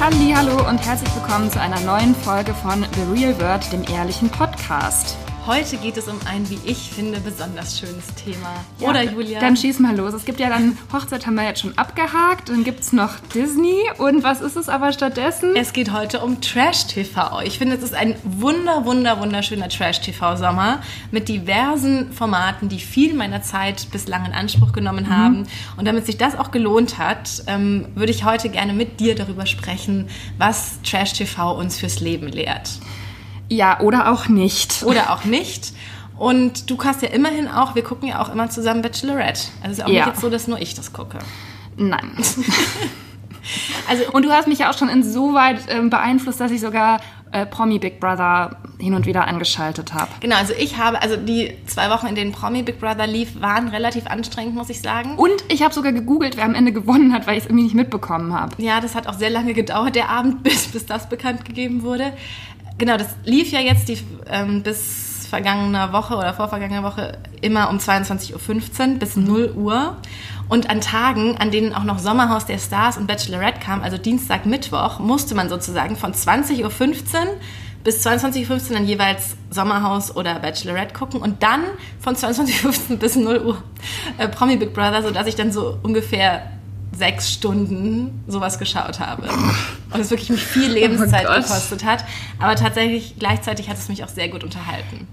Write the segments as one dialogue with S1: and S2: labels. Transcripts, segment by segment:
S1: Hallihallo und herzlich willkommen zu einer neuen Folge von The Real Word, dem ehrlichen Podcast.
S2: Heute geht es um ein, wie ich finde, besonders schönes Thema. Ja, oder, Julia?
S1: Dann schieß mal los. Es gibt ja dann, Hochzeit haben wir jetzt schon abgehakt, dann gibt es noch Disney. Und was ist es aber stattdessen?
S2: Es geht heute um Trash-TV. Ich finde, es ist ein wunderschöner Trash-TV-Sommer mit diversen Formaten, die viel meiner Zeit bislang in Anspruch genommen haben. Und damit sich das auch gelohnt hat, würde ich heute gerne mit dir darüber sprechen, was Trash-TV uns fürs Leben lehrt.
S1: Ja, oder auch nicht.
S2: Oder auch nicht. Und du hast ja immerhin auch, wir gucken ja auch immer zusammen Bachelorette. Also es ist auch nicht jetzt so, dass nur ich das gucke.
S1: Nein. Und du hast mich ja auch schon insoweit beeinflusst, dass ich sogar Promi Big Brother hin und wieder angeschaltet habe.
S2: Genau, also die 2 Wochen, in denen Promi Big Brother lief, waren relativ anstrengend, muss ich sagen.
S1: Und ich habe sogar gegoogelt, wer am Ende gewonnen hat, weil ich es irgendwie nicht mitbekommen habe.
S2: Ja, das hat auch sehr lange gedauert, der Abend, bis das bekannt gegeben wurde. Genau, das lief ja jetzt bis vergangene Woche oder vorvergangene Woche immer um 22.15 Uhr bis 0 Uhr. Und an Tagen, an denen auch noch Sommerhaus der Stars und Bachelorette kam, also Dienstag, Mittwoch, musste man sozusagen von 20.15 Uhr bis 22.15 Uhr dann jeweils Sommerhaus oder Bachelorette gucken und dann von 22.15 Uhr bis 0 Uhr Promi Big Brother, sodass ich dann so ungefähr 6 Stunden sowas geschaut habe. Und es wirklich mich viel Lebenszeit gekostet hat. Aber tatsächlich, gleichzeitig hat es mich auch sehr gut unterhalten.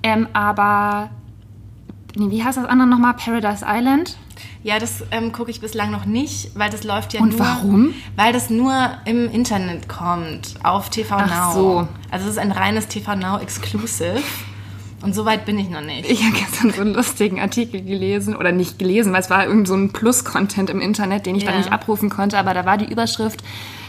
S1: Wie heißt das andere nochmal? Paradise Island?
S2: Ja, das gucke ich bislang noch nicht, weil das läuft ja
S1: nur... Und warum?
S2: Weil das nur im Internet kommt, auf TV Now.
S1: Ach so.
S2: Also es ist ein reines TV Now Exclusive. Und so weit bin ich noch nicht.
S1: Ich habe gestern so einen lustigen Artikel gelesen, oder nicht gelesen, weil es war irgend so ein Plus-Content im Internet, den ich dann nicht abrufen konnte, aber da war die Überschrift,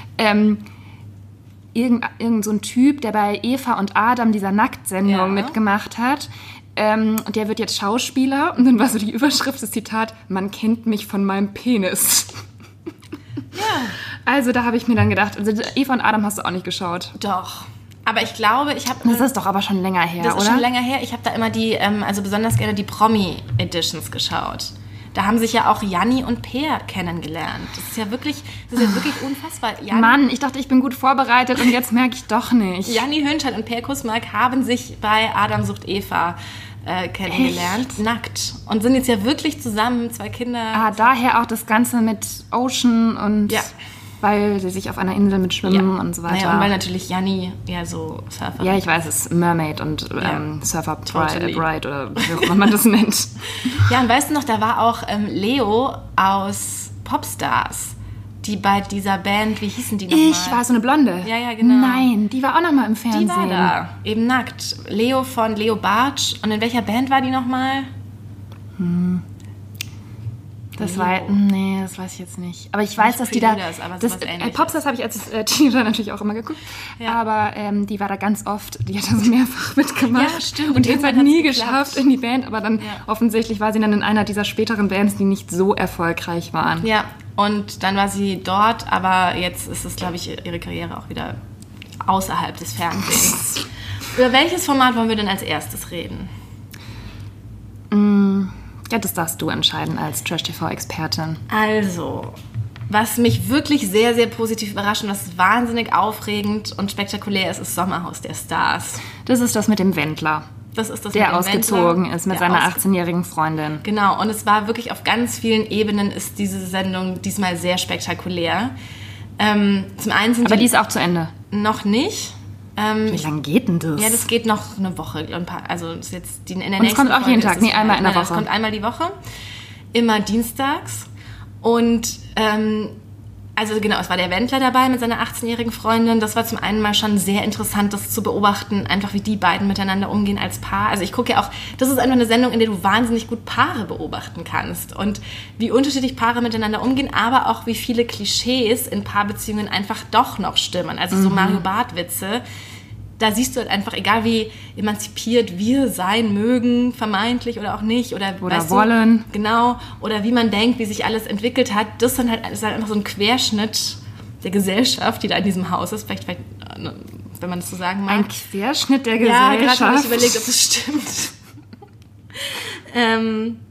S1: irgend so ein Typ, der bei Eva und Adam dieser Nacktsendung mitgemacht hat, und der wird jetzt Schauspieler, und dann war so die Überschrift, das Zitat, man kennt mich von meinem Penis.
S2: Ja.
S1: Also da habe ich mir dann gedacht, also Eva und Adam hast du auch nicht geschaut.
S2: Doch. Aber ich glaube,
S1: Das ist doch aber schon länger her, oder?
S2: Das ist schon länger her. Ich habe da immer also besonders gerne die Promi-Editions geschaut. Da haben sich ja auch Janni und Peer kennengelernt. Das ist ja wirklich unfassbar.
S1: Mann, ich dachte, ich bin gut vorbereitet und jetzt merke ich doch nicht.
S2: Janni Höhnscheid und Peer Kusmark haben sich bei Adam sucht Eva kennengelernt. Echt? Nackt. Und sind jetzt ja wirklich zusammen, 2 Kinder.
S1: Daher auch das Ganze mit Ocean und... Ja. Weil sie sich auf einer Insel mit schwimmen und so weiter.
S2: Naja, und weil natürlich Janni ja so Surfer...
S1: Ja, ich weiß, es ist Mermaid und Surfer Bride oder wie auch immer man das nennt.
S2: Ja, und weißt du noch, da war auch Leo aus Popstars, die bei dieser Band, wie hießen die nochmal?
S1: Ich war so eine Blonde.
S2: Ja, genau.
S1: Nein, die war auch nochmal im Fernsehen.
S2: Die war da, eben nackt. Leo von Leo Bartsch. Und in welcher Band war die nochmal?
S1: Das weiß ich jetzt nicht. Aber ich weiß, dass die da... Popstars habe ich als Teenager natürlich auch immer geguckt. Ja. Aber die war da ganz oft. Die hat das mehrfach mitgemacht. Ja, stimmt. Und die hat es halt nie geschafft in die Band. Aber dann offensichtlich war sie dann in einer dieser späteren Bands, die nicht so erfolgreich waren.
S2: Ja, und dann war sie dort. Aber jetzt ist es, glaube ich, ihre Karriere auch wieder außerhalb des Fernsehens. Über welches Format wollen wir denn als erstes reden?
S1: Ja, das darfst du entscheiden als Trash-TV-Expertin.
S2: Also, was mich wirklich sehr, sehr positiv überrascht und was wahnsinnig aufregend und spektakulär ist Sommerhaus der Stars.
S1: Das ist das mit dem Wendler.
S2: Das ist das
S1: der ausgezogen ist mit seiner 18-jährigen Freundin.
S2: Genau, und es war wirklich auf ganz vielen Ebenen ist diese Sendung diesmal sehr spektakulär. Zum einen
S1: Aber die ist auch zu Ende?
S2: Noch nicht.
S1: Wie lange geht denn das?
S2: Ja, das geht noch eine Woche. Also ist jetzt in der
S1: nächsten
S2: es kommt
S1: auch jeden Tag, einmal in der Woche. Es
S2: kommt einmal die Woche, immer dienstags. Und also genau, es war der Wendler dabei mit seiner 18-jährigen Freundin. Das war zum einen mal schon sehr interessant, das zu beobachten, einfach wie die beiden miteinander umgehen als Paar. Also ich gucke ja auch, das ist einfach eine Sendung, in der du wahnsinnig gut Paare beobachten kannst und wie unterschiedlich Paare miteinander umgehen, aber auch wie viele Klischees in Paarbeziehungen einfach doch noch stimmen. Also so Mario Barth-Witze. Da siehst du halt einfach, egal wie emanzipiert wir sein mögen, vermeintlich oder auch nicht. Oder
S1: wollen.
S2: Genau. Oder wie man denkt, wie sich alles entwickelt hat. Das ist halt einfach so ein Querschnitt der Gesellschaft, die da in diesem Haus ist. Vielleicht wenn man das so sagen mag.
S1: Ein Querschnitt der Gesellschaft?
S2: Ja, gerade habe ich überlegt, ob das stimmt.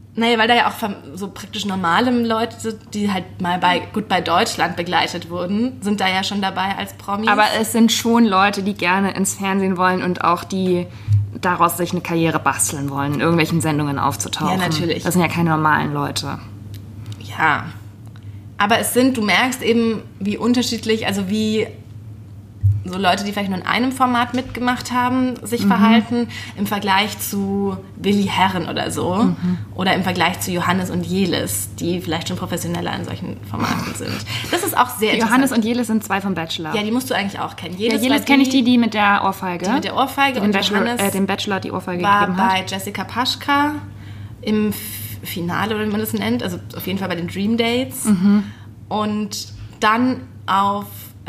S2: Naja, weil da ja auch so praktisch normale Leute, die halt mal bei Deutschland begleitet wurden, sind da ja schon dabei als Promis.
S1: Aber es sind schon Leute, die gerne ins Fernsehen wollen und auch die daraus sich eine Karriere basteln wollen, in irgendwelchen Sendungen aufzutauchen.
S2: Ja, natürlich.
S1: Das sind ja keine normalen Leute.
S2: Ja, aber du merkst eben, wie unterschiedlich, also wie so Leute, die vielleicht nur in einem Format mitgemacht haben, sich verhalten, im Vergleich zu Willi Herren oder so. Oder im Vergleich zu Johannes und Jelis, die vielleicht schon professioneller in solchen Formaten sind. Das ist auch sehr interessant.
S1: Johannes und Jelis sind 2 vom Bachelor.
S2: Ja, die musst du eigentlich auch kennen.
S1: Jelis kenne ich die mit der Ohrfeige.
S2: Die mit der Ohrfeige.
S1: Und Johannes dem Bachelor die Ohrfeige gegeben hat.
S2: War bei Jessica Paschka im Finale, oder wie man das nennt. Also auf jeden Fall bei den Dream Dates. Und dann auf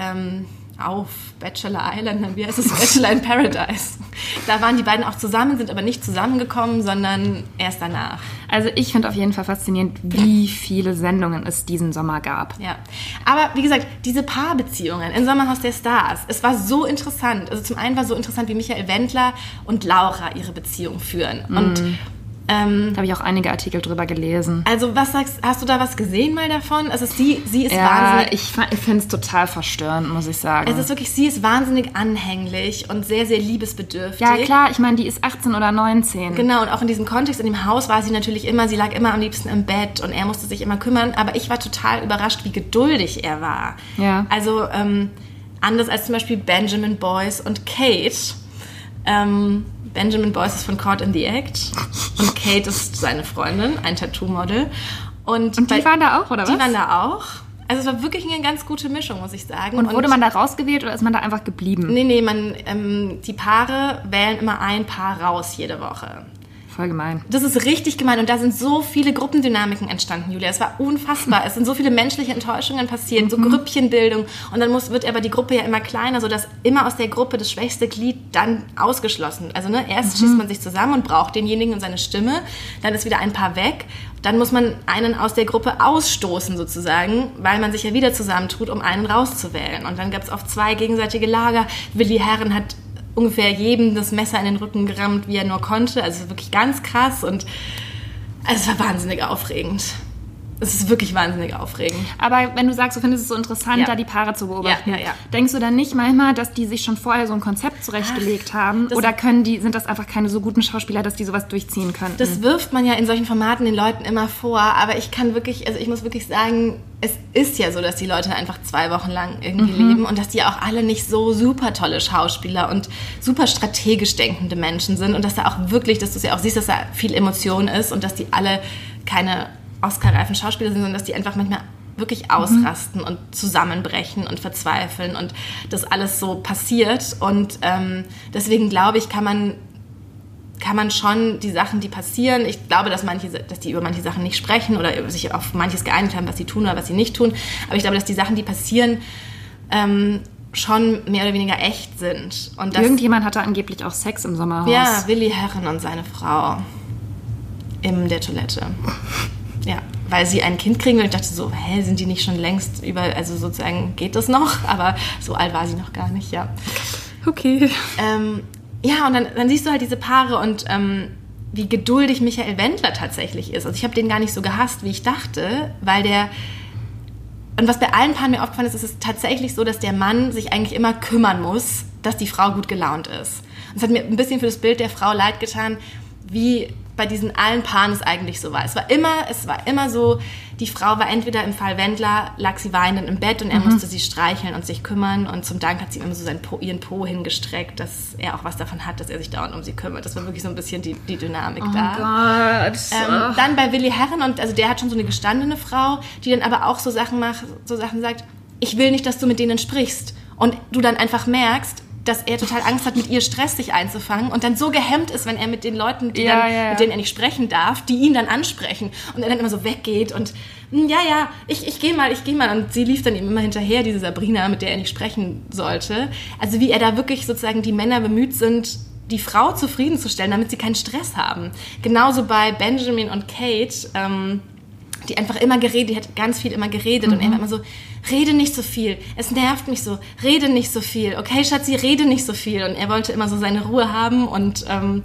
S2: Bachelor Island, wie heißt es? Bachelor in Paradise. Da waren die beiden auch zusammen, sind aber nicht zusammengekommen, sondern erst danach.
S1: Also ich finde auf jeden Fall faszinierend, wie viele Sendungen es diesen Sommer gab.
S2: Ja, aber wie gesagt, diese Paarbeziehungen in Sommerhaus der Stars, es war so interessant. Also zum einen war so interessant, wie Michael Wendler und Laura ihre Beziehung führen. Und
S1: da habe ich auch einige Artikel drüber gelesen.
S2: Also hast du da was gesehen mal davon? Also sie ist wahnsinnig...
S1: Ich finde es total verstörend, muss ich sagen.
S2: Es ist wirklich, sie ist wahnsinnig anhänglich und sehr, sehr liebesbedürftig.
S1: Ja klar, ich meine, die ist 18 oder 19.
S2: Genau, und auch in diesem Kontext, in dem Haus war sie natürlich immer, sie lag immer am liebsten im Bett und er musste sich immer kümmern. Aber ich war total überrascht, wie geduldig er war.
S1: Ja.
S2: Also anders als zum Beispiel Benjamin Boyce und Kate. Benjamin Boyce ist von Caught in the Act und Kate ist seine Freundin, ein Tattoo-Model. Und
S1: die waren da auch, oder was?
S2: Die waren da auch. Also es war wirklich eine ganz gute Mischung, muss ich sagen.
S1: Und wurde man da rausgewählt oder ist man da einfach geblieben?
S2: Nee, die Paare wählen immer ein Paar raus jede Woche.
S1: Voll gemein.
S2: Das ist richtig gemein und da sind so viele Gruppendynamiken entstanden, Julia. Es war unfassbar. Es sind so viele menschliche Enttäuschungen passiert, so Grüppchenbildung und dann wird aber die Gruppe ja immer kleiner, sodass immer aus der Gruppe das schwächste Glied dann ausgeschlossen. Also erst schießt man sich zusammen und braucht denjenigen und seine Stimme, dann ist wieder ein Paar weg, dann muss man einen aus der Gruppe ausstoßen sozusagen, weil man sich ja wieder zusammentut, um einen rauszuwählen. Und dann gab es oft 2 gegenseitige Lager. Willi Herren hat ungefähr jedem das Messer in den Rücken gerammt, wie er nur konnte. Also wirklich ganz krass und es war wahnsinnig aufregend. Es ist wirklich wahnsinnig aufregend.
S1: Aber wenn du sagst, du findest es so interessant, da die Paare zu beobachten, denkst du dann nicht manchmal, dass die sich schon vorher so ein Konzept zurechtgelegt haben? Oder sind das einfach keine so guten Schauspieler, dass die sowas durchziehen können?
S2: Das wirft man ja in solchen Formaten den Leuten immer vor. Aber ich muss wirklich sagen, es ist ja so, dass die Leute einfach 2 Wochen lang irgendwie leben und dass die auch alle nicht so super tolle Schauspieler und super strategisch denkende Menschen sind und dass da auch wirklich, dass du es ja auch siehst, dass da viel Emotion ist und dass die alle keine Oscar-reifen Schauspieler sind, sondern dass die einfach manchmal wirklich ausrasten und zusammenbrechen und verzweifeln und das alles so passiert. Und deswegen glaube ich, kann man schon die Sachen, die passieren, ich glaube, dass die über manche Sachen nicht sprechen oder sich auf manches geeinigt haben, was sie tun oder was sie nicht tun, aber ich glaube, dass die Sachen, die passieren, schon mehr oder weniger echt sind. Und
S1: irgendjemand hatte angeblich auch Sex im Sommerhaus.
S2: Ja, Willi Herren und seine Frau in der Toilette. Ja, weil sie ein Kind kriegen und ich dachte so, sind die nicht schon längst also sozusagen geht das noch, aber so alt war sie noch gar nicht, ja.
S1: Okay.
S2: Ja, und dann siehst du halt diese Paare und wie geduldig Michael Wendler tatsächlich ist. Also ich habe den gar nicht so gehasst, wie ich dachte, weil und was bei allen Paaren mir aufgefallen ist, ist es tatsächlich so, dass der Mann sich eigentlich immer kümmern muss, dass die Frau gut gelaunt ist. Und es hat mir ein bisschen für das Bild der Frau leid getan, wie bei diesen allen Paaren es eigentlich so war. Es war immer so, die Frau war entweder im Fall Wendler, lag sie weinend im Bett und er musste sie streicheln und sich kümmern und zum Dank hat sie immer so ihren Po hingestreckt, dass er auch was davon hat, dass er sich dauernd um sie kümmert. Das war wirklich so ein bisschen die Dynamik da.
S1: Oh Gott.
S2: Dann bei Willi Herren, und also der hat schon so eine gestandene Frau, die dann aber auch so Sachen sagt, ich will nicht, dass du mit denen sprichst. Und du dann einfach merkst, dass er total Angst hat, mit ihr Stress sich einzufangen und dann so gehemmt ist, wenn er mit den Leuten, mit denen er nicht sprechen darf, die ihn dann ansprechen und er dann immer so weggeht und ich gehe mal und sie lief dann ihm immer hinterher, diese Sabrina, mit der er nicht sprechen sollte. Also wie er da wirklich sozusagen die Männer bemüht sind, die Frau zufriedenzustellen, damit sie keinen Stress haben. Genauso bei Benjamin und Kate, die einfach immer die hat ganz viel immer geredet und er war immer so, rede nicht so viel, es nervt mich so, rede nicht so viel, okay Schatzi, rede nicht so viel und er wollte immer so seine Ruhe haben und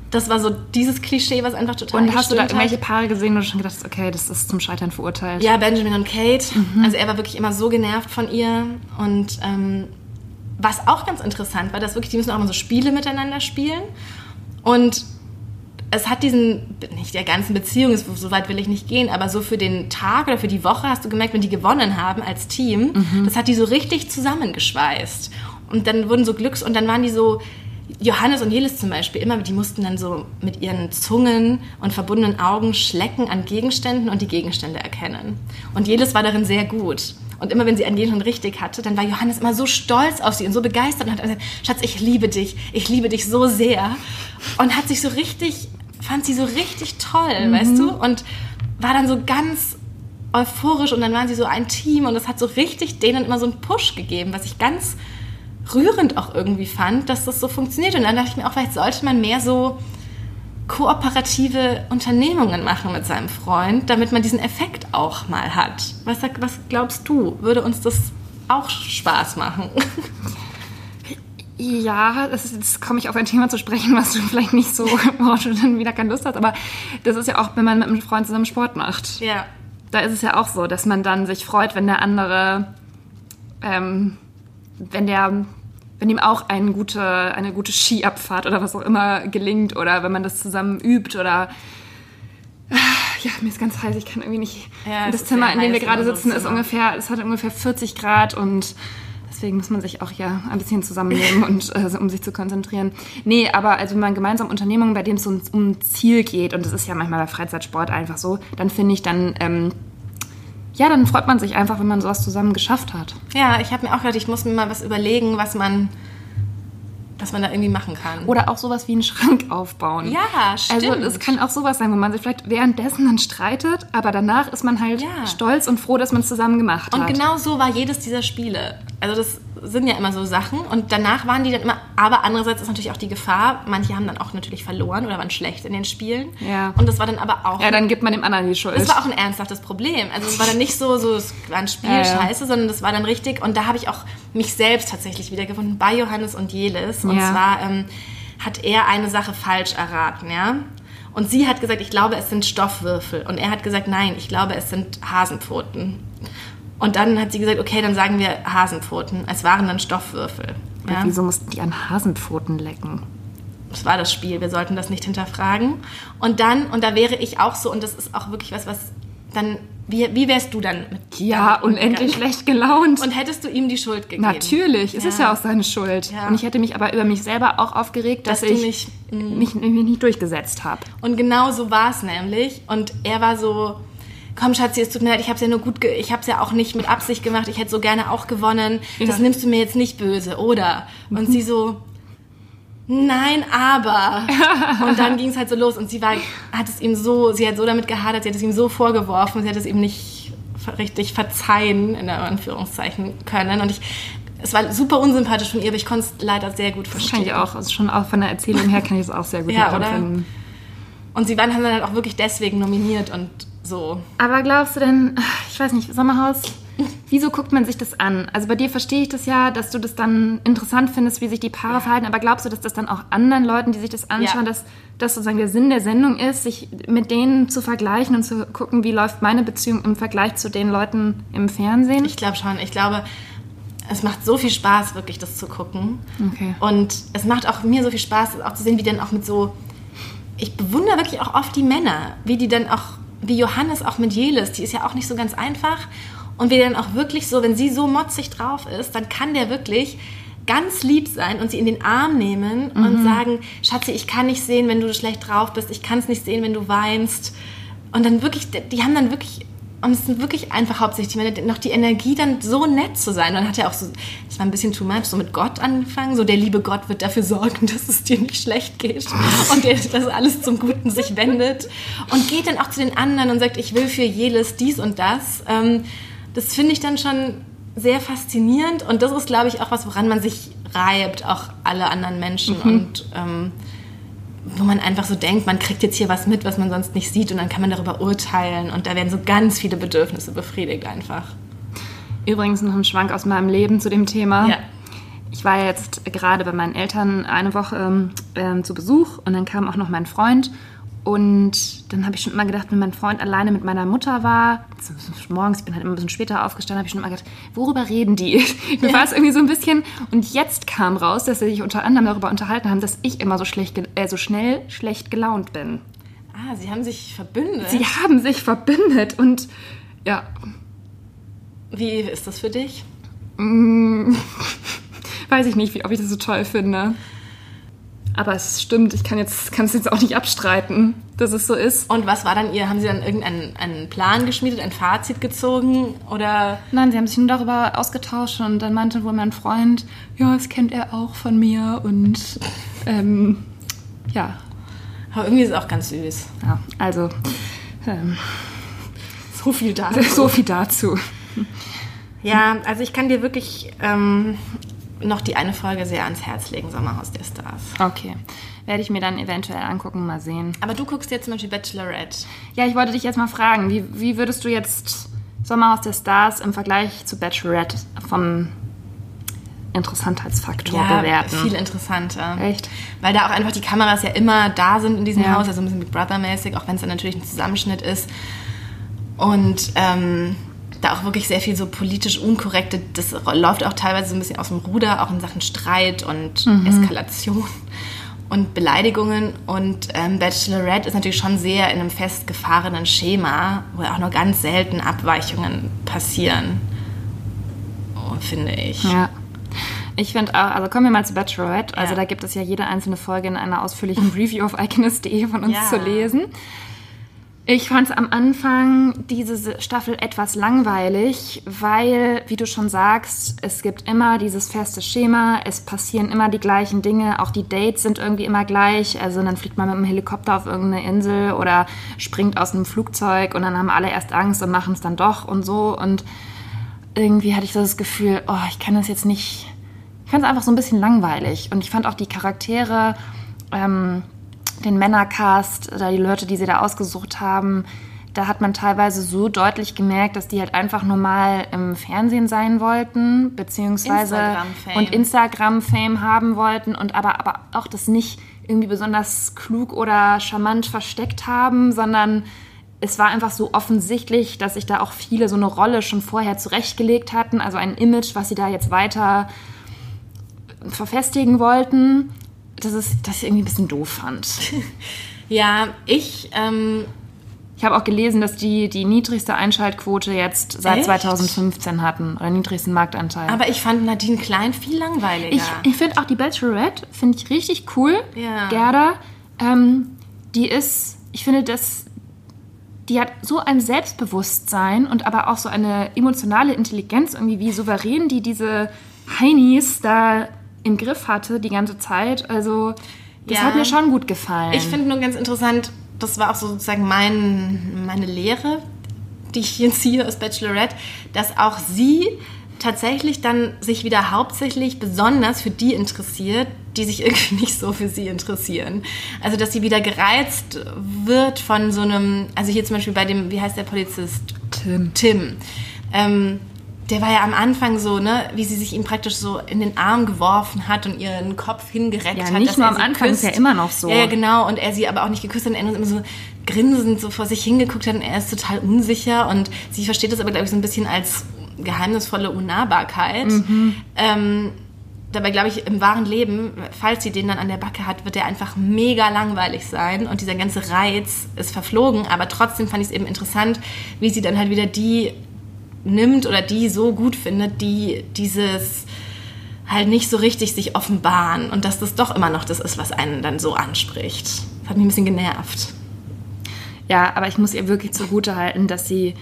S2: das war so dieses Klischee, was einfach total
S1: Und hast du da irgendwelche Paare gesehen, wo du schon gedacht hast, okay, das ist zum Scheitern verurteilt?
S2: Ja, Benjamin und Kate. Also er war wirklich immer so genervt von ihr. Und was auch ganz interessant war, dass wirklich, die müssen auch immer so Spiele miteinander spielen. Und es hat nicht der ganzen Beziehung, so weit will ich nicht gehen, aber so für den Tag oder für die Woche hast du gemerkt, wenn die gewonnen haben als Team, das hat die so richtig zusammengeschweißt. Und dann wurden so und dann waren die so, Johannes und Jelis zum Beispiel, die mussten dann so mit ihren Zungen und verbundenen Augen schlecken an Gegenständen und die Gegenstände erkennen. Und Jelis war darin sehr gut. Und immer wenn sie einen Gegenstand richtig hatte, dann war Johannes immer so stolz auf sie und so begeistert und hat gesagt, Schatz, ich liebe dich so sehr. Und fand sie so richtig toll, weißt du? Und war dann so ganz euphorisch und dann waren sie so ein Team und das hat so richtig denen immer so einen Push gegeben, was ich ganz rührend auch irgendwie fand, dass das so funktioniert. Und dann dachte ich mir auch, vielleicht sollte man mehr so kooperative Unternehmungen machen mit seinem Freund, damit man diesen Effekt auch mal hat. Was glaubst du? Würde uns das auch Spaß machen?
S1: Ja, jetzt komme ich auf ein Thema zu sprechen, was du vielleicht nicht so, worauf du dann wieder keine Lust hast, aber das ist ja auch, wenn man mit einem Freund zusammen Sport macht.
S2: Ja.
S1: Da ist es ja auch so, dass man dann sich freut, wenn der andere, wenn ihm auch eine gute Skiabfahrt oder was auch immer gelingt oder wenn man das zusammen übt oder ja, mir ist ganz heiß, ich kann irgendwie nicht. Ja, das Zimmer, in dem wir gerade sitzen, es hat ungefähr 40 Grad und deswegen muss man sich auch ja ein bisschen zusammennehmen und um sich zu konzentrieren. Nee, aber also wenn man gemeinsam Unternehmungen, bei denen es so um Ziel geht und das ist ja manchmal bei Freizeitsport einfach so, dann finde ich dann freut man sich einfach, wenn man sowas zusammen geschafft hat.
S2: Ja, ich habe mir auch gedacht, ich muss mir mal was überlegen, was man da irgendwie machen kann.
S1: Oder auch sowas wie einen Schrank aufbauen.
S2: Ja, stimmt.
S1: Also es kann auch sowas sein, wo man sich vielleicht währenddessen dann streitet, aber danach ist man halt stolz und froh, dass man es zusammen gemacht hat.
S2: Und genau so war jedes dieser Spiele. Also das sind ja immer so Sachen und danach waren die dann immer, aber andererseits ist natürlich auch die Gefahr, manche haben dann auch natürlich verloren oder waren schlecht in den Spielen.
S1: Ja.
S2: Und das war dann aber auch...
S1: Ja, dann gibt man dem anderen die Schuld.
S2: Das war auch ein ernsthaftes Problem. Also es war dann nicht so es war ein Spiel, scheiße, sondern das war dann richtig und da habe ich auch mich selbst tatsächlich wiedergefunden bei Johannes und Jelis. Und zwar hat er eine Sache falsch erraten, ja. Und sie hat gesagt, ich glaube, es sind Stoffwürfel. Und er hat gesagt, nein, ich glaube, es sind Hasenpfoten. Und dann hat sie gesagt, okay, dann sagen wir Hasenpfoten. Es waren dann Stoffwürfel.
S1: Ja? Wieso mussten die an Hasenpfoten lecken?
S2: Das war das Spiel, wir sollten das nicht hinterfragen. Und da wäre ich auch so, und das ist auch wirklich was dann... Wie wärst du dann mit
S1: unendlich schlecht gelaunt.
S2: Und hättest du ihm die Schuld gegeben?
S1: Natürlich, es ist ja auch seine Schuld. Ja. Und ich hätte mich aber über mich selber auch aufgeregt, dass ich mich nicht durchgesetzt habe.
S2: Und genau so war es nämlich. Und er war so, komm Schatzi, es tut mir leid, ich habe es ja auch nicht mit Absicht gemacht, ich hätte so gerne auch gewonnen. Ja. Das nimmst du mir jetzt nicht böse, oder? Und sie so... Nein, aber. Und dann ging es halt so los und sie hat so damit gehadert, sie hat es ihm so vorgeworfen, sie hat es ihm nicht richtig verzeihen, in Anführungszeichen, können. Und es war super unsympathisch von ihr, aber ich konnte es leider sehr gut verstehen.
S1: Kann ich auch, also schon auch von der Erzählung her kann ich es auch sehr gut nachempfinden.
S2: Und sie haben dann halt auch wirklich deswegen nominiert und so.
S1: Aber glaubst du denn, ich weiß nicht, Sommerhaus... Wieso guckt man sich das an? Also bei dir verstehe ich das ja, dass du das dann interessant findest, wie sich die Paare verhalten, aber glaubst du, dass das dann auch anderen Leuten, die sich das anschauen, dass das sozusagen der Sinn der Sendung ist, sich mit denen zu vergleichen und zu gucken, wie läuft meine Beziehung im Vergleich zu den Leuten im Fernsehen?
S2: Ich glaube schon. Ich glaube, es macht so viel Spaß, wirklich das zu gucken.
S1: Okay.
S2: Und es macht auch mir so viel Spaß, auch zu sehen, wie dann auch mit so... Ich bewundere wirklich auch oft die Männer, wie Johannes auch mit Jelis, die ist ja auch nicht so ganz einfach. Und wie dann auch wirklich so, wenn sie so motzig drauf ist, dann kann der wirklich ganz lieb sein und sie in den Arm nehmen und sagen, Schatzi, ich kann nicht sehen, wenn du schlecht drauf bist, ich kann es nicht sehen, wenn du weinst. Und dann wirklich, die haben dann wirklich, und es sind wirklich einfach hauptsächlich die Männer, noch die Energie, dann so nett zu sein. Und dann hat er auch so, das war ein bisschen too much, so mit Gott angefangen, so der liebe Gott wird dafür sorgen, dass es dir nicht schlecht geht und dass alles zum Guten sich wendet. Und geht dann auch zu den anderen und sagt, ich will für Jelis dies und das. Das finde ich dann schon sehr faszinierend und das ist, glaube ich, auch was, woran man sich reibt, auch alle anderen Menschen und wo man einfach so denkt, man kriegt jetzt hier was mit, was man sonst nicht sieht und dann kann man darüber urteilen und da werden so ganz viele Bedürfnisse befriedigt einfach.
S1: Übrigens noch ein Schwank aus meinem Leben zu dem Thema.
S2: Ja.
S1: ich war jetzt gerade bei meinen Eltern eine Woche zu Besuch und dann kam auch noch mein Freund. Und dann habe ich schon immer gedacht, wenn mein Freund alleine mit meiner Mutter war, morgens, ich bin halt immer ein bisschen später aufgestanden, habe ich schon immer gedacht, worüber reden die? Mir war es irgendwie so ein bisschen, und jetzt kam raus, dass sie sich unter anderem darüber unterhalten haben, dass ich immer so schnell schlecht gelaunt bin.
S2: Ah, sie haben sich verbündet?
S1: Sie haben sich verbündet und ja.
S2: Wie ist das für dich?
S1: Weiß ich nicht, ob ich das so toll finde. Aber es stimmt, ich kann es jetzt auch nicht abstreiten, dass es so ist.
S2: Und was war dann haben Sie dann irgendeinen Plan geschmiedet, ein Fazit gezogen, oder?
S1: Nein, sie haben sich nur darüber ausgetauscht und dann meinte wohl mein Freund, ja, das kennt er auch von mir und ja.
S2: Aber irgendwie ist es auch ganz süß.
S1: Ja, also
S2: so viel dazu.
S1: So viel dazu.
S2: Ja, also ich kann dir wirklich noch die eine Folge sehr ans Herz legen, Sommerhaus der Stars.
S1: Okay, werde ich mir dann eventuell angucken, mal sehen.
S2: Aber du guckst jetzt zum Beispiel Bachelorette.
S1: Ja, ich wollte dich jetzt mal fragen, wie würdest du jetzt Sommerhaus der Stars im Vergleich zu Bachelorette vom Interessantheitsfaktor bewerten?
S2: Ja, viel interessanter.
S1: Echt?
S2: Weil da auch einfach die Kameras ja immer da sind in diesem Haus, also ein bisschen Big Brother-mäßig, auch wenn es dann natürlich ein Zusammenschnitt ist. Und da auch wirklich sehr viel so politisch Unkorrekte, das läuft auch teilweise so ein bisschen aus dem Ruder, auch in Sachen Streit und Eskalation und Beleidigungen. Und Bachelorette ist natürlich schon sehr in einem festgefahrenen Schema, wo auch nur ganz selten Abweichungen passieren, finde ich.
S1: Ja. Ich finde auch, also kommen wir mal zu Bachelorette, also da gibt es ja jede einzelne Folge in einer ausführlichen Review auf iKines.de von uns zu lesen. Ich fand es am Anfang diese Staffel etwas langweilig, weil, wie du schon sagst, es gibt immer dieses feste Schema, es passieren immer die gleichen Dinge, auch die Dates sind irgendwie immer gleich, also dann fliegt man mit einem Helikopter auf irgendeine Insel oder springt aus einem Flugzeug und dann haben alle erst Angst und machen es dann doch und so und irgendwie hatte ich so das Gefühl, ich kann das jetzt nicht, ich fand es einfach so ein bisschen langweilig und ich fand auch die Charaktere, den Männercast, oder die Leute, die sie da ausgesucht haben, da hat man teilweise so deutlich gemerkt, dass die halt einfach nur mal im Fernsehen sein wollten, beziehungsweise Instagram-Fame haben wollten und aber auch das nicht irgendwie besonders klug oder charmant versteckt haben, sondern es war einfach so offensichtlich, dass sich da auch viele so eine Rolle schon vorher zurechtgelegt hatten, also ein Image, was sie da jetzt weiter verfestigen wollten. Das ich irgendwie ein bisschen doof fand.
S2: Ja, ich
S1: habe auch gelesen, dass die niedrigste Einschaltquote jetzt seit 2015 hatten, oder niedrigsten Marktanteil.
S2: Aber ich fand Nadine Klein viel langweiliger.
S1: Ich finde auch die Bachelorette, finde ich richtig cool. Ja. Gerda, die hat so ein Selbstbewusstsein und aber auch so eine emotionale Intelligenz, irgendwie wie souverän die diese Heinis da im Griff hatte die ganze Zeit. Also das hat mir schon gut gefallen.
S2: Ich finde nur ganz interessant, das war auch sozusagen meine Lehre, die ich hier ziehe aus Bachelorette, dass auch sie tatsächlich dann sich wieder hauptsächlich besonders für die interessiert, die sich irgendwie nicht so für sie interessieren. Also dass sie wieder gereizt wird von so einem, also hier zum Beispiel bei dem, wie heißt der Polizist? Tim. Der war ja am Anfang so, ne, wie sie sich ihm praktisch so in den Arm geworfen hat und ihren Kopf hingereckt hat.
S1: Ja, nicht nur am Anfang, ist ja immer noch so.
S2: Ja, genau. Und er sie aber auch nicht geküsst hat und er immer so grinsend so vor sich hingeguckt hat und er ist total unsicher und sie versteht das aber, glaube ich, so ein bisschen als geheimnisvolle Unnahbarkeit. Dabei, glaube ich, im wahren Leben, falls sie den dann an der Backe hat, wird der einfach mega langweilig sein und dieser ganze Reiz ist verflogen. Aber trotzdem fand ich es eben interessant, wie sie dann halt wieder die nimmt oder die so gut findet, die dieses halt nicht so richtig sich offenbaren und dass das doch immer noch das ist, was einen dann so anspricht. Das hat mich ein bisschen genervt.
S1: Ja, aber ich muss ihr wirklich zugute halten, dass sie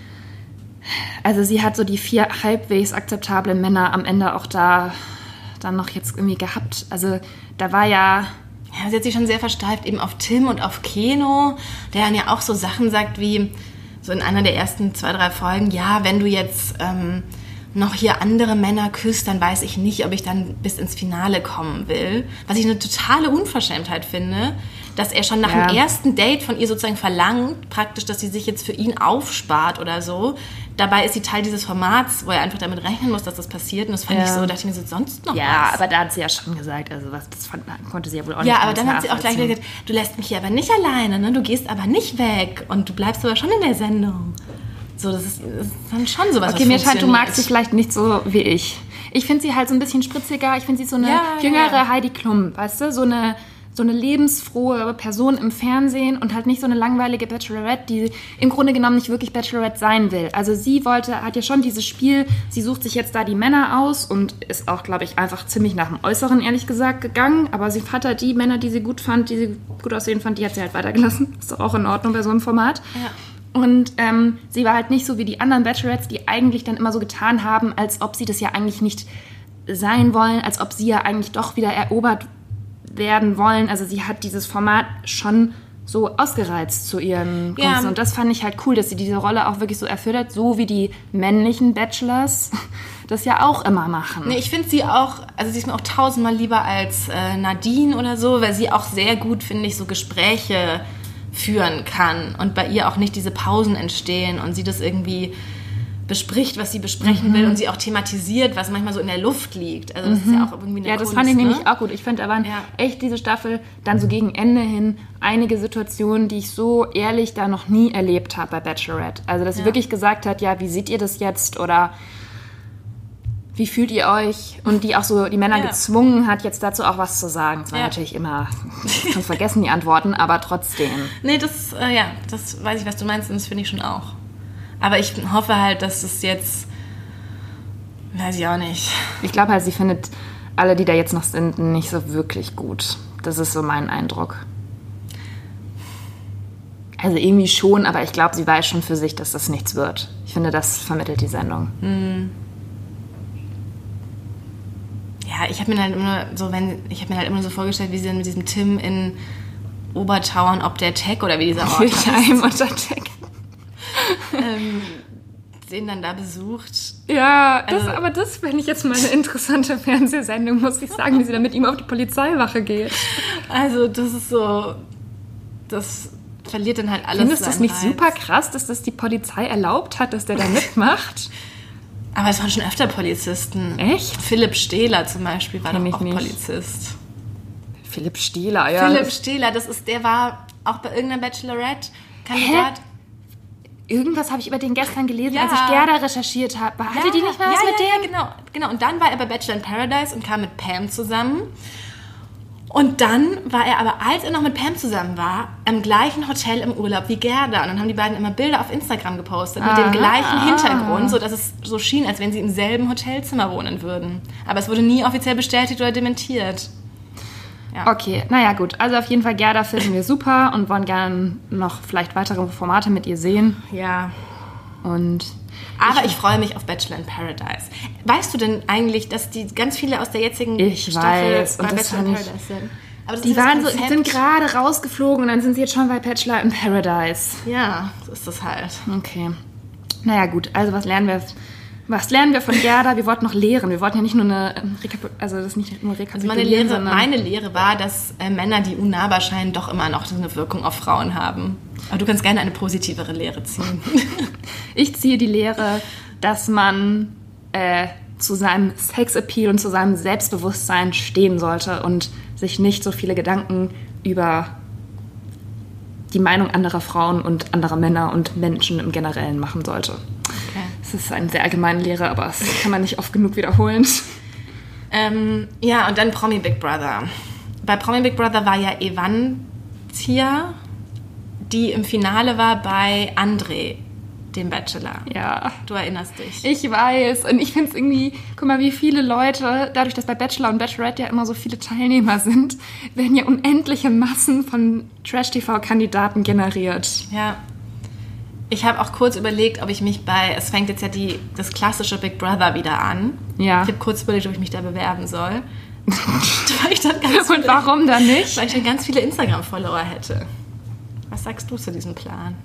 S1: hat so die 4 halbwegs akzeptablen Männer am Ende auch da dann noch jetzt irgendwie gehabt. Also da war ja,
S2: sie hat sich schon sehr versteift eben auf Tim und auf Keno, der dann ja auch so Sachen sagt wie so in einer der ersten 2, 3 Folgen, ja, wenn du jetzt noch hier andere Männer küsst, dann weiß ich nicht, ob ich dann bis ins Finale kommen will. Was ich eine totale Unverschämtheit finde, dass er schon nach dem ersten Date von ihr sozusagen verlangt, praktisch, dass sie sich jetzt für ihn aufspart oder so. Dabei ist sie Teil dieses Formats, wo er einfach damit rechnen muss, dass das passiert. Und das fand ich so, dachte ich mir so, sonst noch was?
S1: Ja, aber da hat sie ja schon gesagt, also konnte sie ja wohl auch nicht.
S2: Ja, aber dann hat sie auch gleich gesagt, du lässt mich hier aber nicht alleine, ne? Du gehst aber nicht weg und du bleibst aber schon in der Sendung. So, das ist dann schon sowas,
S1: okay, mir scheint, du magst sie vielleicht nicht so wie ich. Ich finde sie halt so ein bisschen spritziger. Ich finde sie so eine jüngere Heidi Klum, weißt du? So eine lebensfrohe Person im Fernsehen und halt nicht so eine langweilige Bachelorette, die im Grunde genommen nicht wirklich Bachelorette sein will. Also sie hat ja schon dieses Spiel, sie sucht sich jetzt da die Männer aus und ist auch, glaube ich, einfach ziemlich nach dem Äußeren, ehrlich gesagt, gegangen. Aber sie hat halt die Männer, die sie gut fand, die sie gut aussehen fand, die hat sie halt weitergelassen. Ist doch auch in Ordnung bei so einem Format. Ja. Und sie war halt nicht so wie die anderen Bachelorettes, die eigentlich dann immer so getan haben, als ob sie das ja eigentlich nicht sein wollen, als ob sie ja eigentlich doch wieder erobert werden wollen. Also sie hat dieses Format schon so ausgereizt zu ihren Gunsten. Und das fand ich halt cool, dass sie diese Rolle auch wirklich so erfüllt hat, so wie die männlichen Bachelors das ja auch immer machen.
S2: Nee, ich finde sie auch, also sie ist mir auch tausendmal lieber als Nadine oder so, weil sie auch sehr gut, finde ich, so Gespräche führen kann und bei ihr auch nicht diese Pausen entstehen und sie das irgendwie bespricht, was sie besprechen will und sie auch thematisiert, was manchmal so in der Luft liegt. Also das ist ja auch irgendwie eine Kunst. Ja,
S1: das fand ich nämlich auch gut. Ich finde, da waren echt diese Staffel dann so gegen Ende hin einige Situationen, die ich so ehrlich da noch nie erlebt habe bei Bachelorette. Also dass sie wirklich gesagt hat, ja, wie seht ihr das jetzt oder wie fühlt ihr euch? Und die auch so die Männer gezwungen hat, jetzt dazu auch was zu sagen. Das war natürlich immer, ich kann vergessen die Antworten, aber trotzdem.
S2: Nee, das weiß ich, was du meinst und das finde ich schon auch. Aber ich hoffe halt, dass es jetzt, weiß ich auch nicht.
S1: Ich glaube halt, sie findet alle, die da jetzt noch sind, nicht so wirklich gut. Das ist so mein Eindruck. Also irgendwie schon, aber ich glaube, sie weiß schon für sich, dass das nichts wird. Ich finde, das vermittelt die Sendung.
S2: Ja, ich habe mir halt immer so vorgestellt, wie sie dann mit diesem Tim in Obertauern, ob der Tech oder wie dieser Ort heißt. Den dann da besucht.
S1: Ja, aber das fände ich jetzt mal eine interessante Fernsehsendung, muss ich sagen, wie sie dann mit ihm auf die Polizeiwache geht.
S2: Also das ist so, das verliert dann halt alles.
S1: Findest du das nicht super krass, dass das die Polizei erlaubt hat, dass der da mitmacht?
S2: Aber es waren schon öfter Polizisten.
S1: Echt?
S2: Philipp Stehler zum Beispiel war doch auch Polizist.
S1: Philipp Stehler, ja.
S2: Philipp Stehler, der war auch bei irgendeiner Bachelorette-Kandidat.
S1: Irgendwas habe ich über den gestern gelesen, als ich Gerda recherchiert habe. Hatte die nicht mal was mit dem?
S2: Ja, genau. Und dann war er bei Bachelor in Paradise und kam mit Pam zusammen. Und dann war er aber, als er noch mit Pam zusammen war, im gleichen Hotel im Urlaub wie Gerda. Und dann haben die beiden immer Bilder auf Instagram gepostet mit dem gleichen Hintergrund, sodass es so schien, als wenn sie im selben Hotelzimmer wohnen würden. Aber es wurde nie offiziell bestätigt oder dementiert.
S1: Ja. Okay, naja gut. Also auf jeden Fall Gerda finden wir super und wollen gerne noch vielleicht weitere Formate mit ihr sehen.
S2: Ja.
S1: Und
S2: aber ich freue mich auf Bachelor in Paradise. Weißt du denn eigentlich, dass die ganz viele aus der jetzigen Staffel bei Bachelor in Paradise sind? Aber
S1: die sind gerade rausgeflogen und dann sind sie jetzt schon bei Bachelor in Paradise.
S2: Ja, so ist das halt.
S1: Okay. Naja gut, also was lernen wir von Gerda? Wir wollten noch lehren. Wir wollten ja nicht nur rekapitulieren.
S2: Meine Lehre war, dass Männer, die unnahbar scheinen, doch immer noch so eine Wirkung auf Frauen haben. Aber du kannst gerne eine positivere Lehre ziehen.
S1: Ich ziehe die Lehre, dass man zu seinem Sexappeal und zu seinem Selbstbewusstsein stehen sollte und sich nicht so viele Gedanken über die Meinung anderer Frauen und anderer Männer und Menschen im Generellen machen sollte.
S2: Okay.
S1: Das ist eine sehr allgemeine Lehre, aber das kann man nicht oft genug wiederholen.
S2: Ja, und dann Promi Big Brother. Bei Promi Big Brother war ja Evantia, die im Finale war bei André, dem Bachelor.
S1: Ja.
S2: Du erinnerst dich.
S1: Ich weiß. Und ich finde es irgendwie, guck mal, wie viele Leute, dadurch, dass bei Bachelor und Bachelorette ja immer so viele Teilnehmer sind, werden ja unendliche Massen von Trash-TV-Kandidaten generiert.
S2: Ja. Ich habe auch kurz überlegt, ob ich mich es fängt jetzt ja das klassische Big Brother wieder an.
S1: Ja.
S2: Ich habe kurz überlegt, ob ich mich da bewerben soll.
S1: Und warum dann nicht?
S2: Weil ich dann ganz viele Instagram-Follower hätte. Was sagst du zu diesem Plan?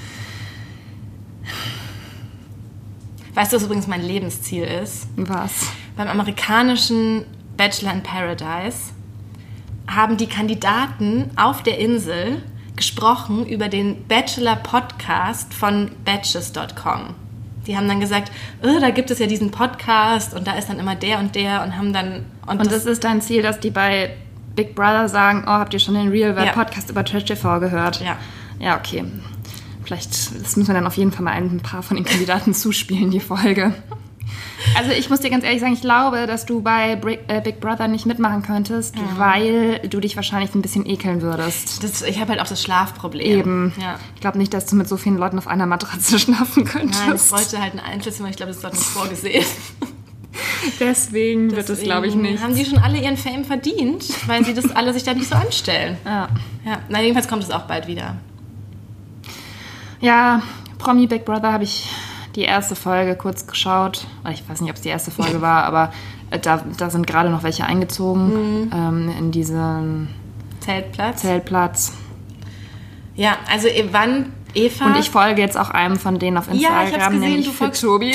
S2: Weißt du, was übrigens mein Lebensziel ist?
S1: Was?
S2: Beim amerikanischen Bachelor in Paradise haben die Kandidaten auf der Insel gesprochen über den Bachelor-Podcast von Batches.com. Die haben dann gesagt, da gibt es ja diesen Podcast und da ist dann immer der und haben dann...
S1: Und das ist dein Ziel, dass die bei Big Brother sagen, habt ihr schon den Real World Podcast über Trash TV gehört?
S2: Ja.
S1: Ja, okay. Vielleicht, das müssen wir dann auf jeden Fall mal ein paar von den Kandidaten zuspielen, die Folge. Also ich muss dir ganz ehrlich sagen, ich glaube, dass du bei Big Brother nicht mitmachen könntest, weil du dich wahrscheinlich ein bisschen ekeln würdest.
S2: Ich habe halt auch das Schlafproblem.
S1: Eben. Ja. Ich glaube nicht, dass du mit so vielen Leuten auf einer Matratze schlafen könntest.
S2: Nein, ich wollte halt ein Einzelzimmer, ich glaube, das ist dort nicht vorgesehen.
S1: Deswegen wird es, glaube ich, nicht.
S2: Haben die schon alle ihren Fame verdient, weil sie das alle sich da nicht so anstellen.
S1: Ja.
S2: Na, jedenfalls kommt es auch bald wieder.
S1: Ja, Promi Big Brother habe ich die erste Folge kurz geschaut. Ich weiß nicht, ob es die erste Folge war, aber da sind gerade noch welche eingezogen in diesen Zeltplatz.
S2: Ja, also Eva...
S1: Und ich folge jetzt auch einem von denen auf Instagram,
S2: ich hab's gesehen,
S1: nämlich für Tobi.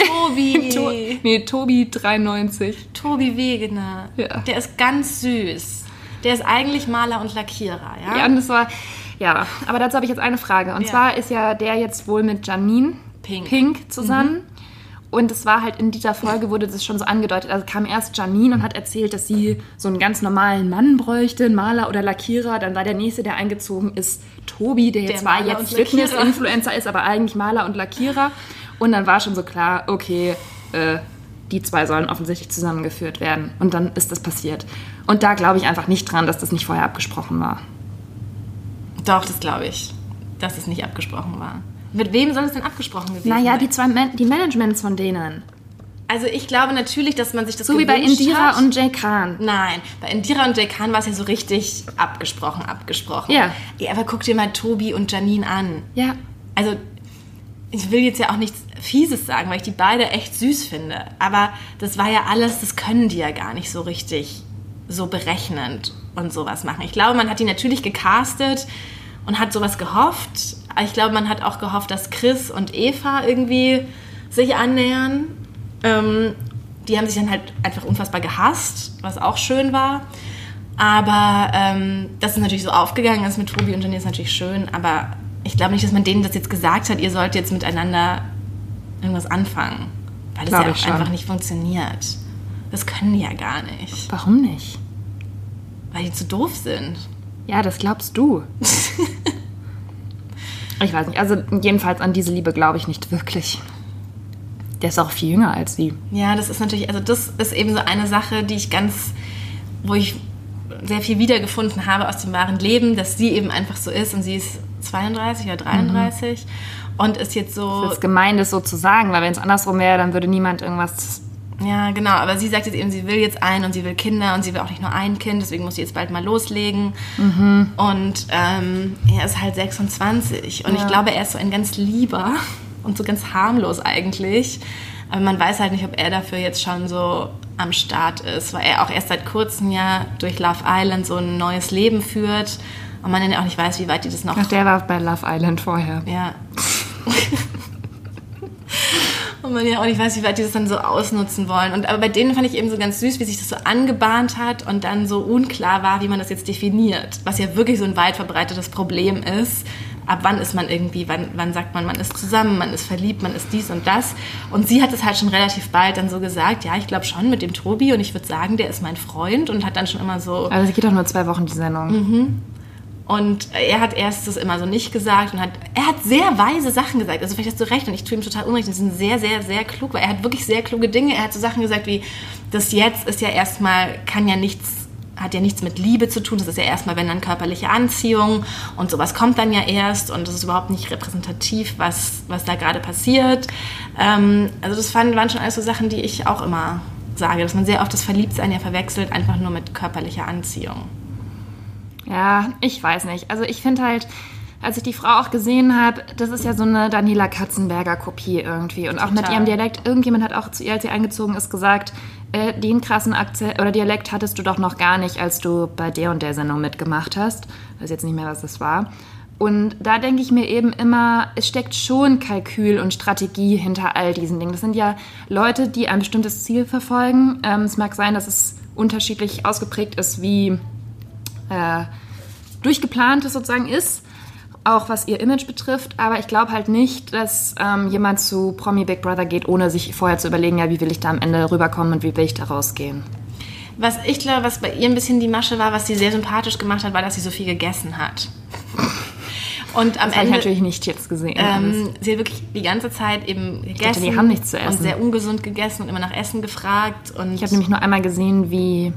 S1: Tobi93.
S2: Tobi Wegener. Ja. Der ist ganz süß. Der ist eigentlich Maler und Lackierer, ja?
S1: Ja, und das war... Ja, aber dazu habe ich jetzt eine Frage. Und zwar ist ja der jetzt wohl mit Janine Pink zusammen. Und es war halt in dieser Folge, wurde das schon so angedeutet. Also kam erst Janine und hat erzählt, dass sie so einen ganz normalen Mann bräuchte, einen Maler oder Lackierer. Dann war der nächste, der eingezogen ist, Tobi, der zwar jetzt Fitness-Influencer ist, aber eigentlich Maler und Lackierer. Und dann war schon so klar, okay, die zwei sollen offensichtlich zusammengeführt werden. Und dann ist das passiert. Und da glaube ich einfach nicht dran, dass das nicht vorher abgesprochen war.
S2: Doch, das glaube ich, dass es nicht abgesprochen war. Mit wem soll es denn abgesprochen gewesen sein?
S1: Naja, die Managements von denen.
S2: Also ich glaube natürlich, dass man sich das
S1: so wie bei Indira und Jay Khan.
S2: Nein, bei Indira und Jay Khan war es ja so richtig abgesprochen.
S1: Ja.
S2: Aber guck dir mal Tobi und Janine an.
S1: Ja.
S2: Also ich will jetzt ja auch nichts Fieses sagen, weil ich die beide echt süß finde. Aber das war ja alles, das können die ja gar nicht so richtig so berechnend und sowas machen. Ich glaube, man hat die natürlich gecastet und hat sowas gehofft. Ich glaube, man hat auch gehofft, dass Chris und Eva irgendwie sich annähern. Die haben sich dann halt einfach unfassbar gehasst, was auch schön war. Aber dass es natürlich so aufgegangen ist mit Tobi und Janine ist natürlich schön. Aber ich glaube nicht, dass man denen das jetzt gesagt hat, ihr sollt jetzt miteinander irgendwas anfangen. Weil das ja auch einfach nicht funktioniert. Das können die ja gar nicht.
S1: Warum nicht?
S2: Weil die zu doof sind.
S1: Ja, das glaubst du. Ich weiß nicht, also jedenfalls an diese Liebe glaube ich nicht wirklich. Der ist auch viel jünger als sie.
S2: Ja, das ist natürlich, also das ist eben so eine Sache, wo ich sehr viel wiedergefunden habe aus dem wahren Leben, dass sie eben einfach so ist und sie ist 32 oder 33 und ist jetzt so...
S1: Das ist gemein, das so zu sagen, weil wenn es andersrum wäre, dann würde niemand irgendwas...
S2: Ja, genau, aber sie sagt jetzt eben, sie will jetzt und sie will Kinder und sie will auch nicht nur ein Kind, deswegen muss sie jetzt bald mal loslegen. Und er ist halt 26 und ich glaube, er ist so ein ganz lieber und so ganz harmlos eigentlich. Aber man weiß halt nicht, ob er dafür jetzt schon so am Start ist, weil er auch erst seit kurzem ja durch Love Island so ein neues Leben führt und man dann ja auch nicht weiß, wie weit die das noch...
S1: Ach, der war bei Love Island vorher.
S2: Ja. Und man ja auch nicht weiß, wie weit die das dann so ausnutzen wollen. Aber bei denen fand ich eben so ganz süß, wie sich das so angebahnt hat und dann so unklar war, wie man das jetzt definiert. Was ja wirklich so ein weit verbreitetes Problem ist. Ab wann ist man irgendwie, wann sagt man ist zusammen, man ist verliebt, man ist dies und das. Und sie hat es halt schon relativ bald dann so gesagt, ja, ich glaube schon mit dem Tobi und ich würde sagen, der ist mein Freund und hat dann schon immer so...
S1: Also es geht doch nur 2 Wochen, die Sendung.
S2: Und er hat erst das immer so nicht gesagt und er hat sehr weise Sachen gesagt. Also vielleicht hast du recht und ich tue ihm total unrecht. Das sind sehr, sehr, sehr klug, weil er hat wirklich sehr kluge Dinge. Er hat so Sachen gesagt wie, das jetzt ist ja erstmal, hat ja nichts mit Liebe zu tun. Das ist ja erstmal, wenn dann körperliche Anziehung und sowas kommt dann ja erst und das ist überhaupt nicht repräsentativ, was da gerade passiert. Also das waren schon alles so Sachen, die ich auch immer sage, dass man sehr oft das Verliebtsein ja verwechselt, einfach nur mit körperlicher Anziehung.
S1: Ja, ich weiß nicht. Also ich finde halt, als ich die Frau auch gesehen habe, das ist ja so eine Daniela Katzenberger-Kopie irgendwie. Und auch mit ihrem Dialekt. Irgendjemand hat auch zu ihr, als sie eingezogen ist, gesagt, den krassen Akzent oder Dialekt hattest du doch noch gar nicht, als du bei der und der Sendung mitgemacht hast. Ich weiß jetzt nicht mehr, was das war. Und da denke ich mir eben immer, es steckt schon Kalkül und Strategie hinter all diesen Dingen. Das sind ja Leute, die ein bestimmtes Ziel verfolgen. Es mag sein, dass es unterschiedlich ausgeprägt ist, wie durchgeplant es sozusagen ist. auch was ihr Image betrifft, aber ich glaube halt nicht, dass jemand zu Promi Big Brother geht, ohne sich vorher zu überlegen, ja, wie will ich da am Ende rüberkommen und wie will ich da rausgehen.
S2: Was ich glaube, was bei ihr ein bisschen die Masche war, was sie sehr sympathisch gemacht hat, war, dass sie so viel gegessen hat. Und am
S1: das habe ich natürlich nicht jetzt gesehen.
S2: Sie hat wirklich die ganze Zeit eben gegessen.
S1: Ich dachte, die haben nichts zu essen.
S2: Und sehr ungesund gegessen und immer nach Essen gefragt. Und
S1: ich habe nämlich nur einmal gesehen, wie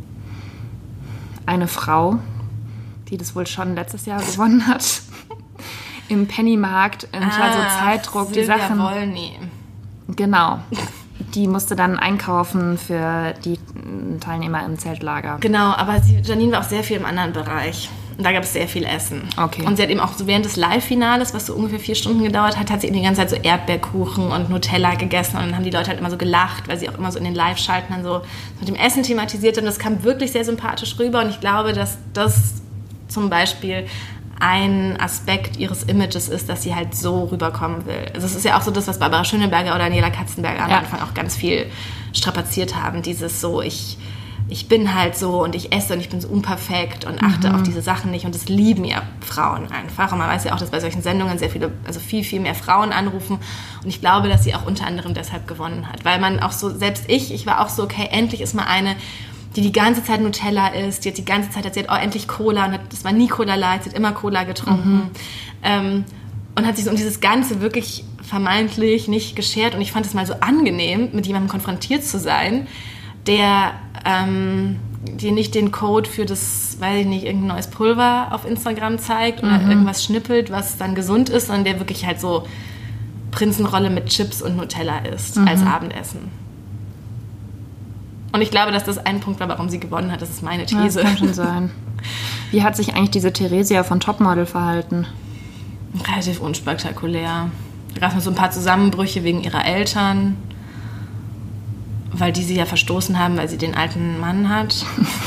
S1: eine Frau, die das wohl schon letztes Jahr gewonnen hat, im Pennymarkt unter so Zeitdruck
S2: Silvia
S1: die Sachen...
S2: Wolny.
S1: Genau. Die musste dann einkaufen für die Teilnehmer im Zeltlager.
S2: Genau, aber Janine war auch sehr viel im anderen Bereich. Und da gab es sehr viel Essen.
S1: Okay.
S2: Und sie hat eben auch so während des Live-Finales, was so ungefähr 4 Stunden gedauert hat, hat sie eben die ganze Zeit so Erdbeerkuchen und Nutella gegessen. Und dann haben die Leute halt immer so gelacht, weil sie auch immer so in den Live-Schalten dann so mit dem Essen thematisiert haben. Das kam wirklich sehr sympathisch rüber. Und ich glaube, dass das zum Beispiel ein Aspekt ihres Images ist, dass sie halt so rüberkommen will. Also es ist ja auch so das, was Barbara Schöneberger oder Daniela Katzenberger am Anfang auch ganz viel strapaziert haben. Dieses so, ich bin halt so und ich esse und ich bin so unperfekt und achte auf diese Sachen nicht. Und das lieben ja Frauen einfach. Und man weiß ja auch, dass bei solchen Sendungen sehr viele, also viel, viel mehr Frauen anrufen. Und ich glaube, dass sie auch unter anderem deshalb gewonnen hat. Weil man auch so, selbst ich war auch so, okay, endlich ist mal eine, die ganze Zeit Nutella isst, die hat die ganze Zeit erzählt, oh, endlich Cola. Und das war nie Cola Light, sie hat immer Cola getrunken. Und hat sich so um dieses Ganze wirklich vermeintlich nicht geschert. Und ich fand es mal so angenehm, mit jemandem konfrontiert zu sein, der dir nicht den Code für das, weiß ich nicht, irgendein neues Pulver auf Instagram zeigt oder irgendwas schnippelt, was dann gesund ist, sondern der wirklich halt so Prinzenrolle mit Chips und Nutella isst als Abendessen. Und ich glaube, dass das ein Punkt war, warum sie gewonnen hat. Das ist meine These.
S1: Ja, das kann schon sein. Wie hat sich eigentlich diese Theresia von Topmodel verhalten?
S2: Relativ unspektakulär. Da gab es so ein paar Zusammenbrüche wegen ihrer Eltern, weil die sie ja verstoßen haben, weil sie den alten Mann hat.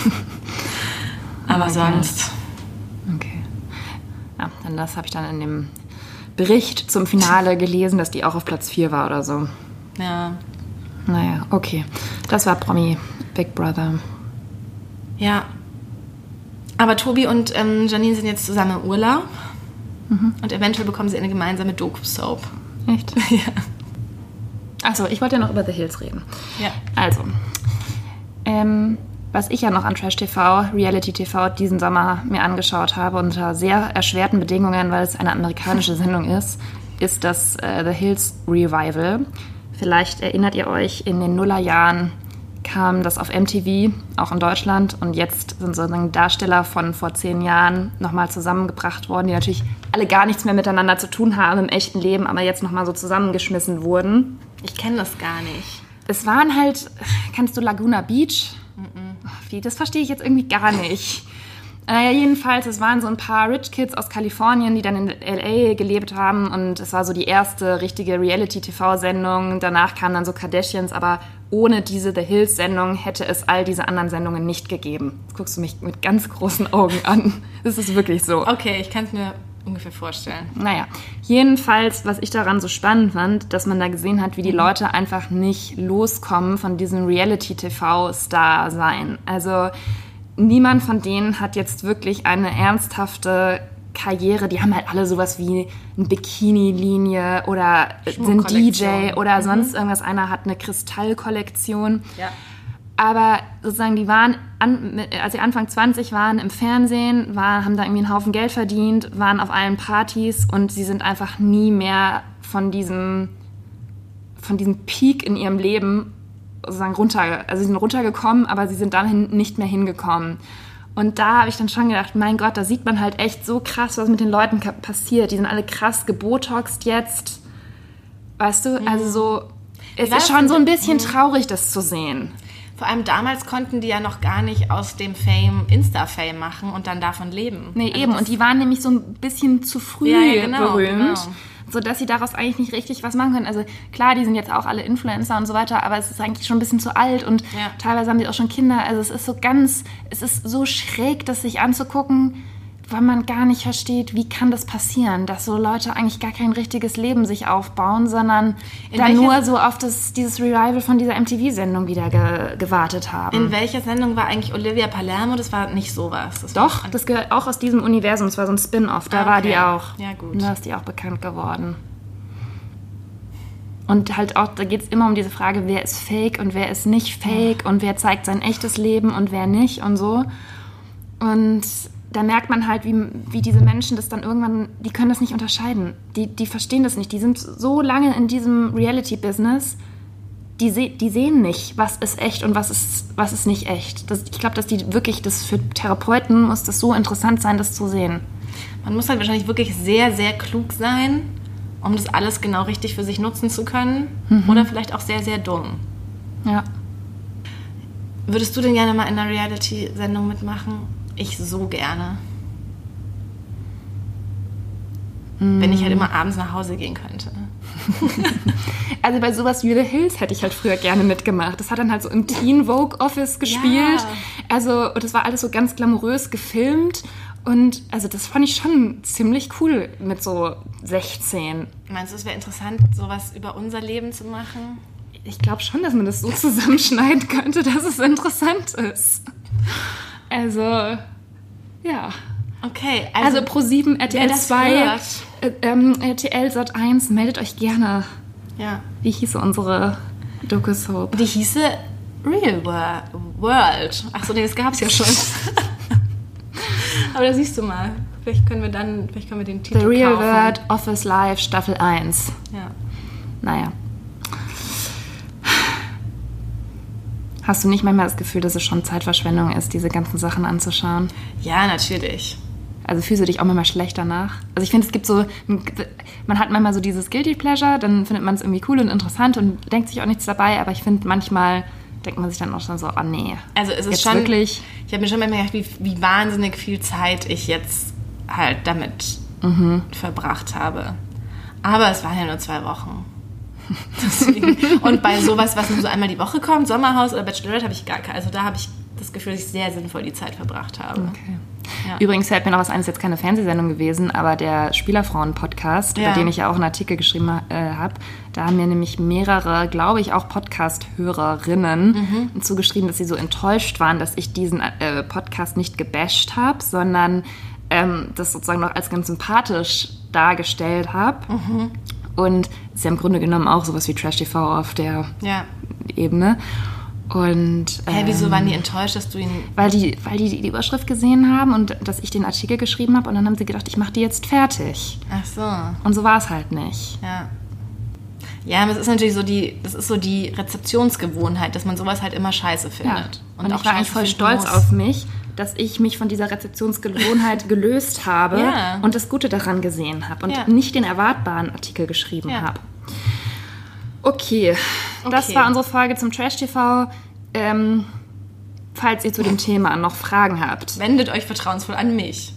S2: Aber sonst...
S1: Okay. Ja, dann das habe ich dann in dem Bericht zum Finale gelesen, dass die auch auf Platz 4 war oder so.
S2: Ja.
S1: Naja, okay. Das war Promi Big Brother.
S2: Ja. Aber Tobi und Janine sind jetzt zusammen im Urlaub. Und eventuell bekommen sie eine gemeinsame Doku-Soap.
S1: Echt?
S2: Ja.
S1: Achso, ich wollte ja noch über The Hills reden.
S2: Ja.
S1: Also, was ich ja noch an Trash-TV, Reality-TV diesen Sommer mir angeschaut habe, unter sehr erschwerten Bedingungen, weil es eine amerikanische Sendung ist das The Hills Revival. Vielleicht erinnert ihr euch, in den Nullerjahren kam das auf MTV, auch in Deutschland. Und jetzt sind sozusagen Darsteller von vor 10 Jahren nochmal zusammengebracht worden, die natürlich alle gar nichts mehr miteinander zu tun haben im echten Leben, aber jetzt nochmal so zusammengeschmissen wurden.
S2: Ich kenne das gar nicht.
S1: Es waren halt, kennst du Laguna Beach? Wie, das verstehe ich jetzt irgendwie gar nicht. Naja, jedenfalls, es waren so ein paar Rich Kids aus Kalifornien, die dann in L.A. gelebt haben und es war so die erste richtige Reality-TV-Sendung. Danach kamen dann so Kardashians, aber ohne diese The Hills-Sendung hätte es all diese anderen Sendungen nicht gegeben. Jetzt guckst du mich mit ganz großen Augen an. Das ist wirklich so.
S2: Okay, ich kann es mir ungefähr vorstellen.
S1: Naja, jedenfalls, was ich daran so spannend fand, dass man da gesehen hat, wie die Leute einfach nicht loskommen von diesem Reality-TV-Star-Sein. Also niemand von denen hat jetzt wirklich eine ernsthafte Karriere. Die haben halt alle sowas wie eine Bikini-Linie oder sind DJ oder sonst irgendwas. Einer hat eine Kristallkollektion.
S2: Ja.
S1: Aber sozusagen, die waren, als sie Anfang 20 waren, im Fernsehen, haben da irgendwie einen Haufen Geld verdient, waren auf allen Partys und sie sind einfach nie mehr von diesem Peak in ihrem Leben sozusagen sie sind runtergekommen, aber sie sind dahin nicht mehr hingekommen. Und da habe ich dann schon gedacht, mein Gott, da sieht man halt echt so krass, was mit den Leuten passiert. Die sind alle krass gebotoxt jetzt. Weißt du, also so, es ist schon so ein bisschen traurig, das zu sehen.
S2: Vor allem damals konnten die ja noch gar nicht aus dem Fame Insta-Fame machen und dann davon leben.
S1: Nee, also eben. Und die waren nämlich so ein bisschen zu früh berühmt, sodass sie daraus eigentlich nicht richtig was machen können. Also klar, die sind jetzt auch alle Influencer und so weiter, aber es ist eigentlich schon ein bisschen zu alt und teilweise haben die auch schon Kinder. Also es ist so schräg, das sich anzugucken, weil man gar nicht versteht, wie kann das passieren, dass so Leute eigentlich gar kein richtiges Leben sich aufbauen, sondern dann nur so auf dieses Revival von dieser MTV-Sendung wieder gewartet haben.
S2: In welcher Sendung war eigentlich Olivia Palermo? Das war nicht sowas.
S1: Das gehört auch aus diesem Universum. Es war so ein Spin-off. Da war die auch.
S2: Ja, gut.
S1: Und da ist die auch bekannt geworden. Und halt auch, da geht es immer um diese Frage, wer ist fake und wer ist nicht fake und wer zeigt sein echtes Leben und wer nicht und so. Und da merkt man halt, wie diese Menschen das dann irgendwann, die können das nicht unterscheiden. Die verstehen das nicht. Die sind so lange in diesem Reality-Business, die sehen nicht, was ist echt und was ist nicht echt. Ich glaube, dass die wirklich, das für Therapeuten muss das so interessant sein, das zu sehen.
S2: Man muss halt wahrscheinlich wirklich sehr, sehr klug sein, um das alles genau richtig für sich nutzen zu können. Oder vielleicht auch sehr, sehr dumm.
S1: Ja.
S2: Würdest du denn gerne mal in einer Reality-Sendung mitmachen? Ich so gerne. Wenn ich halt immer abends nach Hause gehen könnte.
S1: Also bei sowas wie The Hills hätte ich halt früher gerne mitgemacht. Das hat dann halt so im Teen Vogue Office gespielt. Ja. Also, und das war alles so ganz glamourös gefilmt. Und also das fand ich schon ziemlich cool mit so 16.
S2: Meinst du, es wäre interessant, sowas über unser Leben zu machen?
S1: Ich glaube schon, dass man das so zusammenschneiden könnte, dass es interessant ist. Also, ja.
S2: Okay.
S1: Also Pro7, RTL 2, RTL Sat1, meldet euch gerne.
S2: Ja.
S1: Wie hieße unsere Doku-Soap?
S2: Die hieße Real World. Achso, nee, das gab's ja schon. Aber da siehst du mal. Vielleicht können wir den Titel kaufen.
S1: The Real World Office Live Staffel 1.
S2: Ja.
S1: Naja. Hast du nicht manchmal das Gefühl, dass es schon Zeitverschwendung ist, diese ganzen Sachen anzuschauen?
S2: Ja, natürlich.
S1: Also fühlst du dich auch manchmal schlecht danach? Also ich finde, es gibt so, man hat manchmal so dieses Guilty Pleasure, dann findet man es irgendwie cool und interessant und denkt sich auch nichts dabei, aber ich finde, manchmal denkt man sich dann auch schon so, oh nee.
S2: Also es ist
S1: jetzt
S2: schon,
S1: wirklich.
S2: Ich habe mir schon manchmal gedacht, wie wahnsinnig viel Zeit ich jetzt halt damit verbracht habe. Aber es waren ja nur 2 Wochen. Deswegen. Und bei sowas, was nur so einmal die Woche kommt, Sommerhaus oder Bachelorette, habe ich gar keine. Also da habe ich das Gefühl, dass ich sehr sinnvoll die Zeit verbracht habe.
S1: Okay. Ja. Übrigens fällt mir noch was ein, ist jetzt keine Fernsehsendung gewesen, aber der Spielerfrauen-Podcast, über den ich ja auch einen Artikel geschrieben habe, da haben mir nämlich mehrere, glaube ich, auch Podcast-Hörerinnen zugeschrieben, dass sie so enttäuscht waren, dass ich diesen Podcast nicht gebasht habe, sondern das sozusagen noch als ganz sympathisch dargestellt habe. Und ist ja im Grunde genommen auch sowas wie Trash-TV auf der Ebene. Und,
S2: wieso waren die enttäuscht, dass du ihn...
S1: Weil die Überschrift gesehen haben und dass ich den Artikel geschrieben habe und dann haben sie gedacht, ich mache die jetzt fertig.
S2: Ach so.
S1: Und so war es halt nicht.
S2: Ja. Ja, aber es ist natürlich so die Rezeptionsgewohnheit, dass man sowas halt immer scheiße findet.
S1: Ja. Und ich war eigentlich voll stolz auf mich, dass ich mich von dieser Rezeptionsgewohnheit gelöst habe und das Gute daran gesehen habe und nicht den erwartbaren Artikel geschrieben habe. Okay, das war unsere Folge zum Trash-TV. Falls ihr zu dem Thema noch Fragen habt,
S2: wendet euch vertrauensvoll an mich.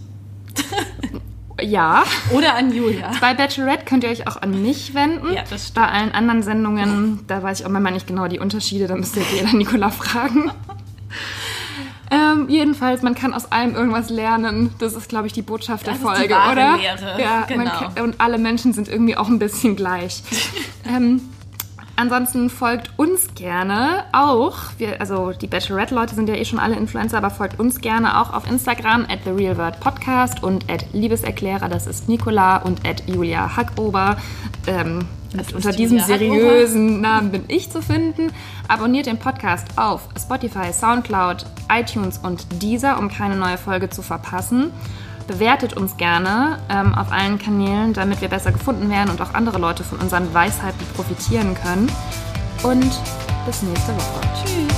S1: Ja.
S2: Oder an Julia.
S1: Bei Bachelorette könnt ihr euch auch an mich wenden.
S2: Ja, das stimmt.
S1: Bei allen anderen Sendungen, da weiß ich auch manchmal nicht genau die Unterschiede, da müsst ihr jeder Nicola fragen. Jedenfalls, man kann aus allem irgendwas lernen. Das ist, glaube ich, die Botschaft der Folge,
S2: ist die wahre
S1: oder?
S2: Lehre.
S1: Ja,
S2: genau.
S1: Und alle Menschen sind irgendwie auch ein bisschen gleich. Ansonsten folgt uns gerne auch. Also die Bachelorette-Leute sind ja eh schon alle Influencer, aber folgt uns gerne auch auf Instagram @TheRealWordPodcast und @Liebeserklärer, das ist Nicola, und @Julia Hackober. Unter diesem seriösen Namen bin ich zu finden. Abonniert den Podcast auf Spotify, Soundcloud, iTunes und Deezer, um keine neue Folge zu verpassen. Bewertet uns gerne auf allen Kanälen, damit wir besser gefunden werden und auch andere Leute von unseren Weisheiten profitieren können. Und bis nächste Woche.
S2: Tschüss.